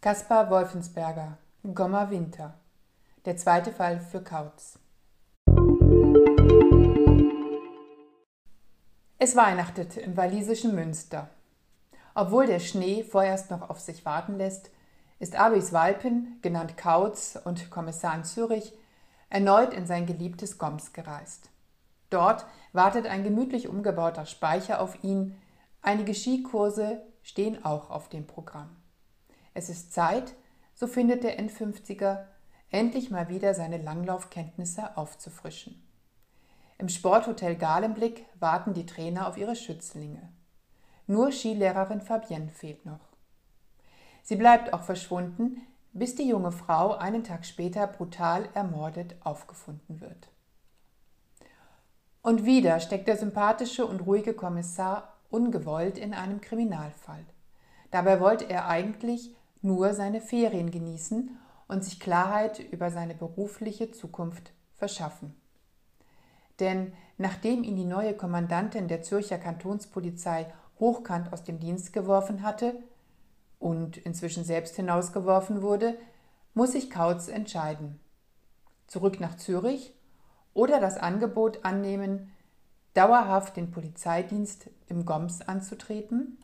Caspar Wolfensberger, Gomma Winter. Der zweite Fall für Kautz. Es weihnachtet im walisischen Münster. Obwohl der Schnee vorerst noch auf sich warten lässt, ist Alois Walpen, genannt Kautz und Kommissar in Zürich, erneut in sein geliebtes Goms gereist. Dort wartet ein gemütlich umgebauter Speicher auf ihn. Einige Skikurse stehen auch auf dem Programm. Es ist Zeit, so findet der N50er, endlich mal wieder seine Langlaufkenntnisse aufzufrischen. Im Sporthotel Galenblick warten die Trainer auf ihre Schützlinge. Nur Skilehrerin Fabienne fehlt noch. Sie bleibt auch verschwunden, bis die junge Frau einen Tag später brutal ermordet aufgefunden wird. Und wieder steckt der sympathische und ruhige Kommissar ungewollt in einem Kriminalfall. Dabei wollte er eigentlich nur seine Ferien genießen und sich Klarheit über seine berufliche Zukunft verschaffen. Denn nachdem ihn die neue Kommandantin der Zürcher Kantonspolizei hochkant aus dem Dienst geworfen hatte und inzwischen selbst hinausgeworfen wurde, muss sich Kautz entscheiden. Zurück nach Zürich oder das Angebot annehmen, dauerhaft den Polizeidienst im Goms anzutreten?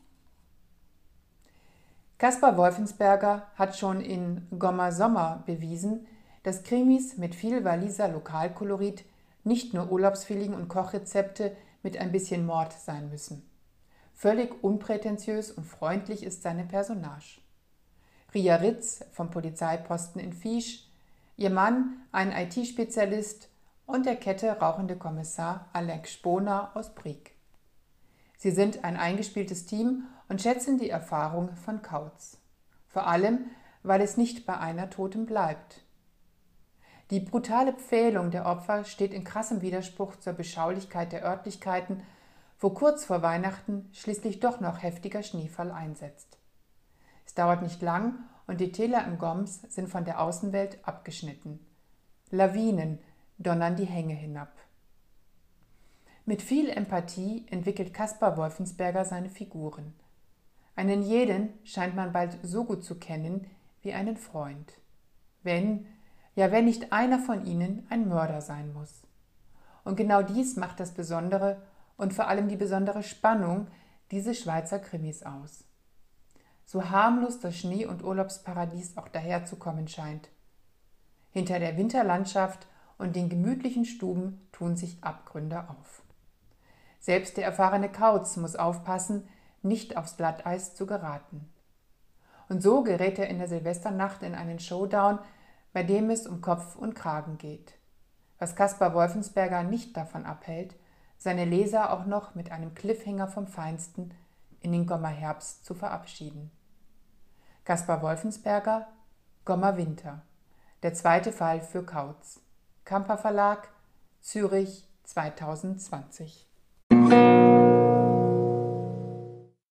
Caspar Wolfensberger hat schon in Gomma Sommer bewiesen, dass Krimis mit viel Waliser Lokalkolorit nicht nur Urlaubsfeeling und Kochrezepte mit ein bisschen Mord sein müssen. Völlig unprätentiös und freundlich ist seine Personage. Ria Ritz vom Polizeiposten in Viesch, ihr Mann ein IT-Spezialist und der Kette rauchende Kommissar Alex Sponer aus Brieg. Sie sind ein eingespieltes Team und schätzen die Erfahrung von Kautz. Vor allem, weil es nicht bei einer Toten bleibt. Die brutale Pfählung der Opfer steht in krassem Widerspruch zur Beschaulichkeit der Örtlichkeiten, wo kurz vor Weihnachten schließlich doch noch heftiger Schneefall einsetzt. Es dauert nicht lang und die Täler im Goms sind von der Außenwelt abgeschnitten. Lawinen donnern die Hänge hinab. Mit viel Empathie entwickelt Caspar Wolfensberger seine Figuren. Einen jeden scheint man bald so gut zu kennen wie einen Freund. Wenn nicht einer von ihnen ein Mörder sein muss. Und genau dies macht das Besondere und vor allem die besondere Spannung dieses Schweizer Krimis aus. So harmlos das Schnee- und Urlaubsparadies auch daherzukommen scheint. Hinter der Winterlandschaft und den gemütlichen Stuben tun sich Abgründe auf. Selbst der erfahrene Kautz muss aufpassen, nicht aufs Glatteis zu geraten. Und so gerät er in der Silvesternacht in einen Showdown, bei dem es um Kopf und Kragen geht. Was Caspar Wolfensberger nicht davon abhält, seine Leser auch noch mit einem Cliffhanger vom Feinsten in den Gommer Herbst zu verabschieden. Caspar Wolfensberger, Gomma Winter. Der zweite Fall für Kautz. Kamper Verlag, Zürich 2020.